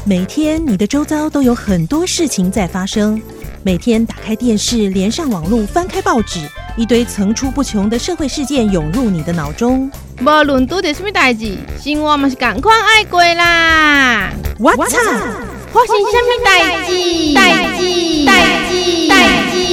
每天你的周遭都有很多事情在发生，每天打开电视，连上网络，翻开报纸，一堆层出不穷的社会事件涌入你的脑中。 无论拄着什么代志，生活嘛是同款爱过啦。 What？ 发生什么代志？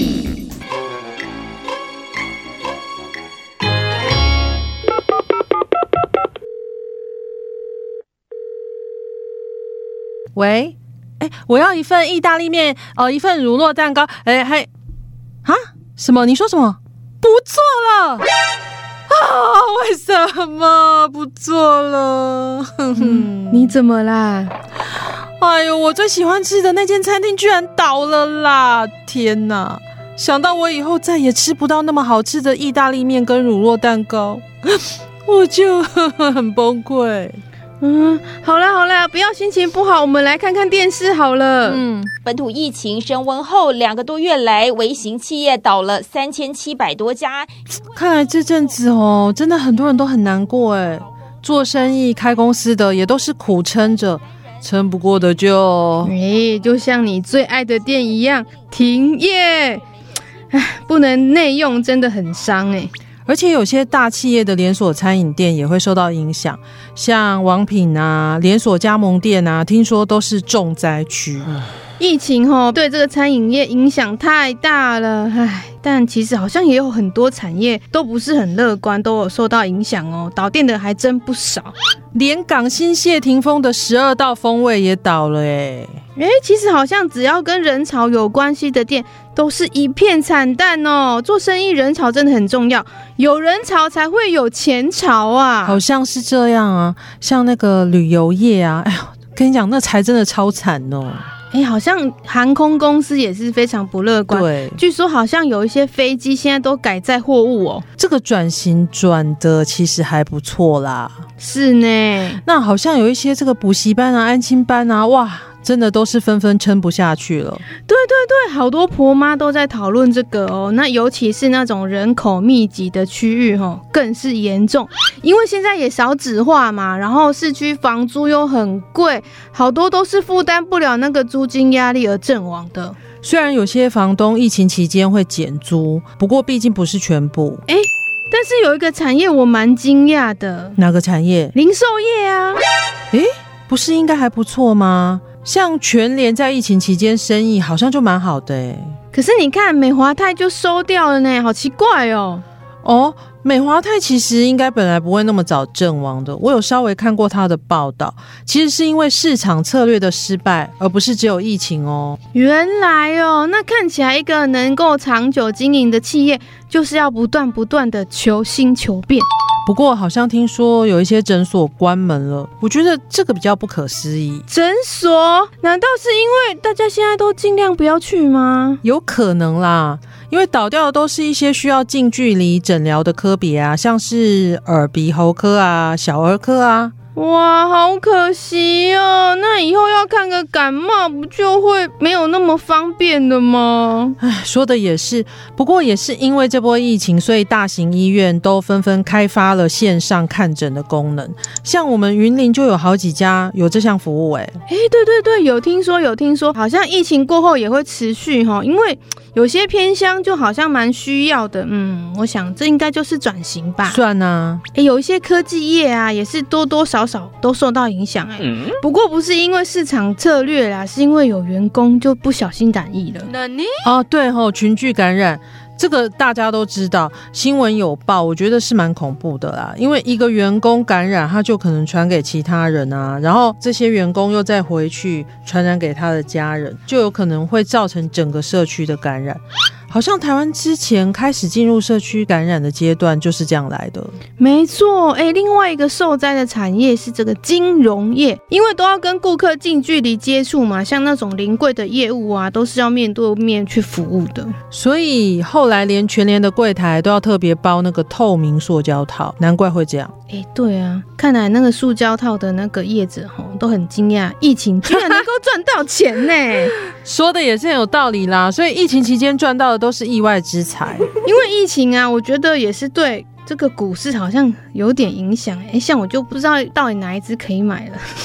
喂，我要一份意大利面，一份乳酪蛋糕，什么？你说什么？不做了啊？为什么不做了？ 你怎么啦？ 哎呦，我最喜欢吃的那间餐厅居然倒了啦！天哪，想到我以后再也吃不到那么好吃的意大利面跟乳酪蛋糕，我就很崩溃。 好啦，不要心情不好，我们来看看电视好了。 本土疫情升温后2个多月来，微型企业倒了3700多家。 看来这阵子真的很多人都很难过哎，做生意开公司的也都是苦撑着，撑不过的就像你最爱的店一样停业，不能内用真的很伤哎。 而且有些大企业的连锁餐饮店也会受到影响，像王品啊、连锁加盟店啊，听说都是重灾区。 疫情对这个餐饮业影响太大了，但其实好像也有很多产业都不是很乐观，都有受到影响哦，倒店的还真不少。 连港新谢霆锋的12道风味也倒了其实好像只要跟人潮有关系的店都是一片惨淡哦。做生意人潮真的很重要，有人潮才会有钱潮啊。 好像是这样啊，像那个旅游业啊，跟你讲，那才真的超惨哦。 好像航空公司也是非常不乐观。 对， 据说好像有一些飞机现在都改载货物哦。 这个转型转的其实还不错啦。 是呢。 那好像有一些这个补习班啊、安亲班啊，哇，真的都是纷纷撑不下去了。 对，好多婆妈都在讨论这个哦。那尤其是那种人口密集的区域更是严重，因为现在也少子化嘛，然后市区房租又很贵，好多都是负担不了那个租金压力而阵亡的。 虽然有些房东疫情期间会减租，不过毕竟不是全部。 但是有一个产业我蛮惊讶的。 哪个产业？ 零售业啊。 不是应该还不错吗？像全联在疫情期间生意好像就蛮好的可是你看美华泰就收掉了呢，好奇怪哦。 美华泰其实应该本来不会那么早阵亡的，我有稍微看过他的报道，其实是因为市场策略的失败，而不是只有疫情哦。 原来那看起来一个能够长久经营的企业，就是要不断的求新求变。 不过好像听说有一些诊所关门了，我觉得这个比较不可思议。 诊所？难道是因为大家现在都尽量不要去吗？ 有可能啦，因为倒掉的都是一些需要近距离诊疗的科别啊，像是耳鼻喉科啊、小儿科啊。 哇，好可惜哦！那以后要看个感冒，不就会没有那么方便了吗？ 说的也是，不过也是因为这波疫情，所以大型医院都纷纷开发了线上看诊的功能。像我们云林就有好几家有这项服务对，有听说，好像疫情过后也会持续因为有些偏乡就好像蛮需要的。我想这应该就是转型吧。 算啊。 有一些科技业啊，也是多多少少都受到影响不过不是因为市场策略啦，是因为有员工就不小心染疫了。 对群聚感染这个大家都知道，新闻有报，我觉得是蛮恐怖的啦。因为一个员工感染，他就可能传给其他人啊，然后这些员工又再回去传染给他的家人，就有可能会造成整个社区的感染。好像台湾之前开始进入社区感染的阶段就是这样来的。 没错，另外一个受灾的产业是这个金融业，因为都要跟顾客近距离接触嘛，像那种临柜的业务啊，都是要面对面去服务的。 所以后来连全联的柜台都要特别包那个透明塑胶套，难怪会这样。 对啊，看来那个塑胶套的那个业者都很惊讶，疫情居然能够赚到钱呢。 说的也是很有道理啦，所以疫情期间赚到的都是意外之财。 因为疫情啊，我觉得也是对这个股市好像有点影响像我就不知道到底哪一支可以买了。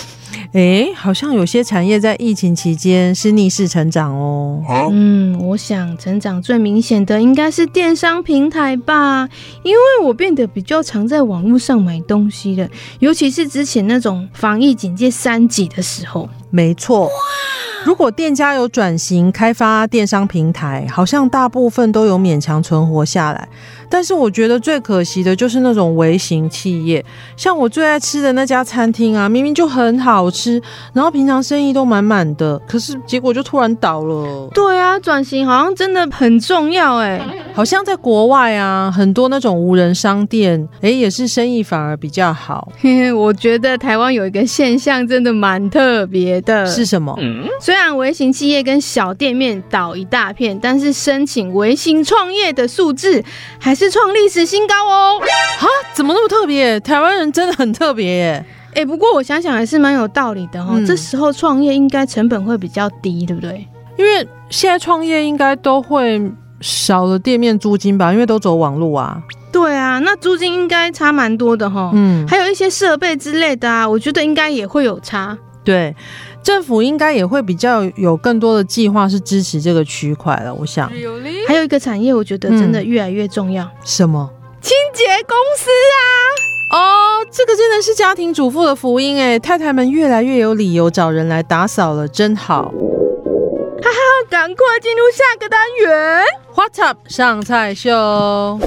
好像有些产业在疫情期间是逆势成长哦。 我想成长最明显的应该是电商平台吧，因为我变得比较常在网络上买东西了，尤其是之前那种防疫警戒3级的时候。 没错，如果店家有转型开发电商平台，好像大部分都有勉强存活下来。但是我觉得最可惜的就是那种微型企业，像我最爱吃的那家餐厅啊，明明就很好吃，然后平常生意都满满的，可是结果就突然倒了。 对啊，转型好像真的很重要好像在国外啊，很多那种无人商店，也是生意反而比较好。 我觉得台湾有一个现象真的蛮特别的。 是什么？ 虽然微型企业跟小店面倒一大片，但是申请微型创业的数字还是创历史新高哦。 怎么那么特别？台湾人真的很特别耶。 不过我想想还是蛮有道理的这时候创业应该成本会比较低，对不对？ 因为现在创业应该都会少了店面租金吧，因为都走网路啊。 对啊，那租金应该差蛮多的还有一些设备之类的啊，我觉得应该也会有差。 对，政府应该也会比较有更多的计划是支持这个区块了，我想。 还有一个产业我觉得真的越来越重要。 什么？ 清洁公司啊。这个真的是家庭主妇的福音太太们越来越有理由找人来打扫了，真好。 赶快进入下个单元 What's up 上菜秀。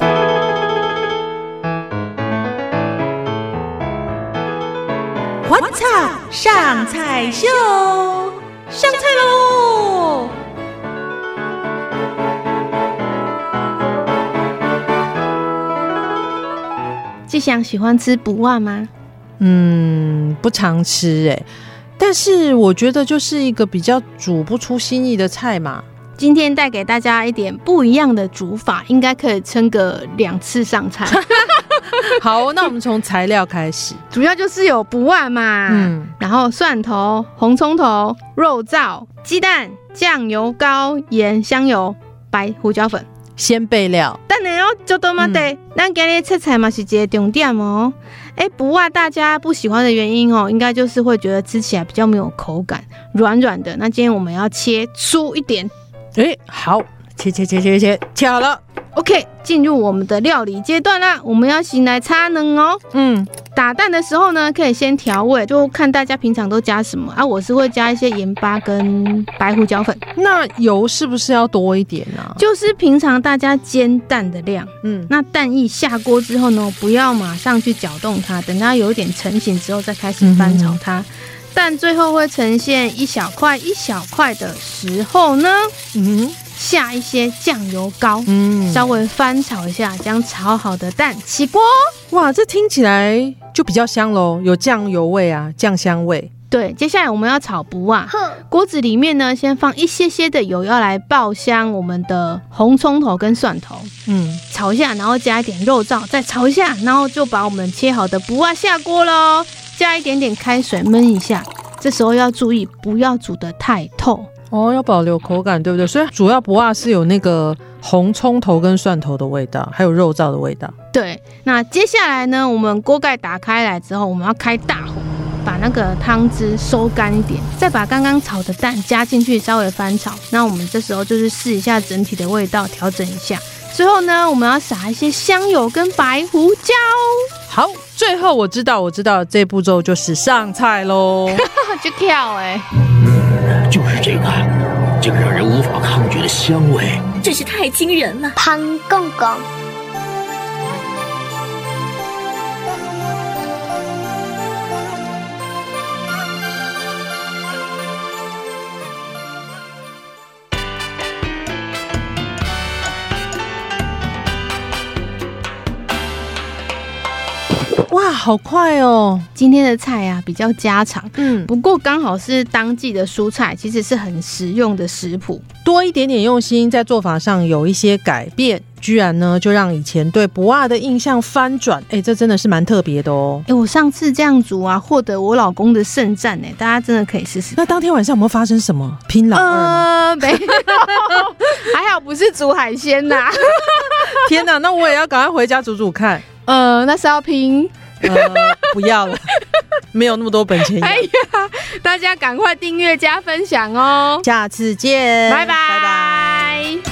What's up 上菜秀，上菜喽！ 志祥喜欢吃卜碗吗？ 不常吃但是我觉得就是一个比较煮不出新意的菜嘛。 今天带给大家一点不一样的煮法，应该可以撑个2次上菜。 好，那我们从材料开始。 主要就是有卜碗嘛，然后蒜头、红葱头、肉燥、鸡蛋、酱油膏、盐、香油、白胡椒粉。 先备料。 等下就多嘛得，咱今日切菜嘛是一个重点哦。卜碗大家不喜欢的原因应该就是会觉得吃起来比较没有口感，软软的。那今天我们要切粗一点。 好，切好了。 OK， 进入我们的料理阶段啦，我们要先来擦能哦。打蛋的时候呢，可以先调味，就看大家平常都加什么啊。我是会加一些盐巴跟白胡椒粉。 那油是不是要多一点啊？ 就是平常大家煎蛋的量。那蛋液下锅之后呢，不要马上去搅动它，等它有一点成型之后再开始翻炒它。蛋最后会呈现一小块一小块的时候呢，下一些酱油膏，稍微翻炒一下，将炒好的蛋起锅。 哇，这听起来就比较香咯，有酱油味啊，酱香味。 对，接下来我们要炒卜碗，锅子里面呢先放一些些的油，要来爆香我们的红葱头跟蒜头。炒一下，然后加一点肉燥，再炒一下，然后就把我们切好的卜碗下锅咯，加一点点开水焖一下。这时候要注意不要煮得太透要保留口感，对不对？所以主要卜碗是有那个红葱头跟蒜头的味道，还有肉燥的味道。 对，那接下来呢，我们锅盖打开来之后，我们要开大火，把那个汤汁收干一点，再把刚刚炒的蛋加进去，稍微翻炒。那我们这时候就是试一下整体的味道，调整一下。最后呢，我们要撒一些香油跟白胡椒。 好，最后我知道，这步骤就是上菜咯。 就跳就是这个让人无法抗拒的香味， 真是太惊人了。 潘公公。 哇，好快哦！ 今天的菜啊比较家常，不过刚好是当季的蔬菜，其实是很实用的食谱。 多一点点用心，在做法上有一些改变，居然呢就让以前对卜碗的印象翻转。这真的是蛮特别的哦。 我上次这样煮啊，获得我老公的盛赞大家真的可以试试。 那当天晚上有没有发生什么拼老二吗？ 没有，还好不是煮海鲜呐。 天哪，那我也要赶快回家煮煮看。 那是要拼。 不要了，没有那么多本钱。 大家赶快订阅加分享哦。 下次见， 拜拜。 拜拜。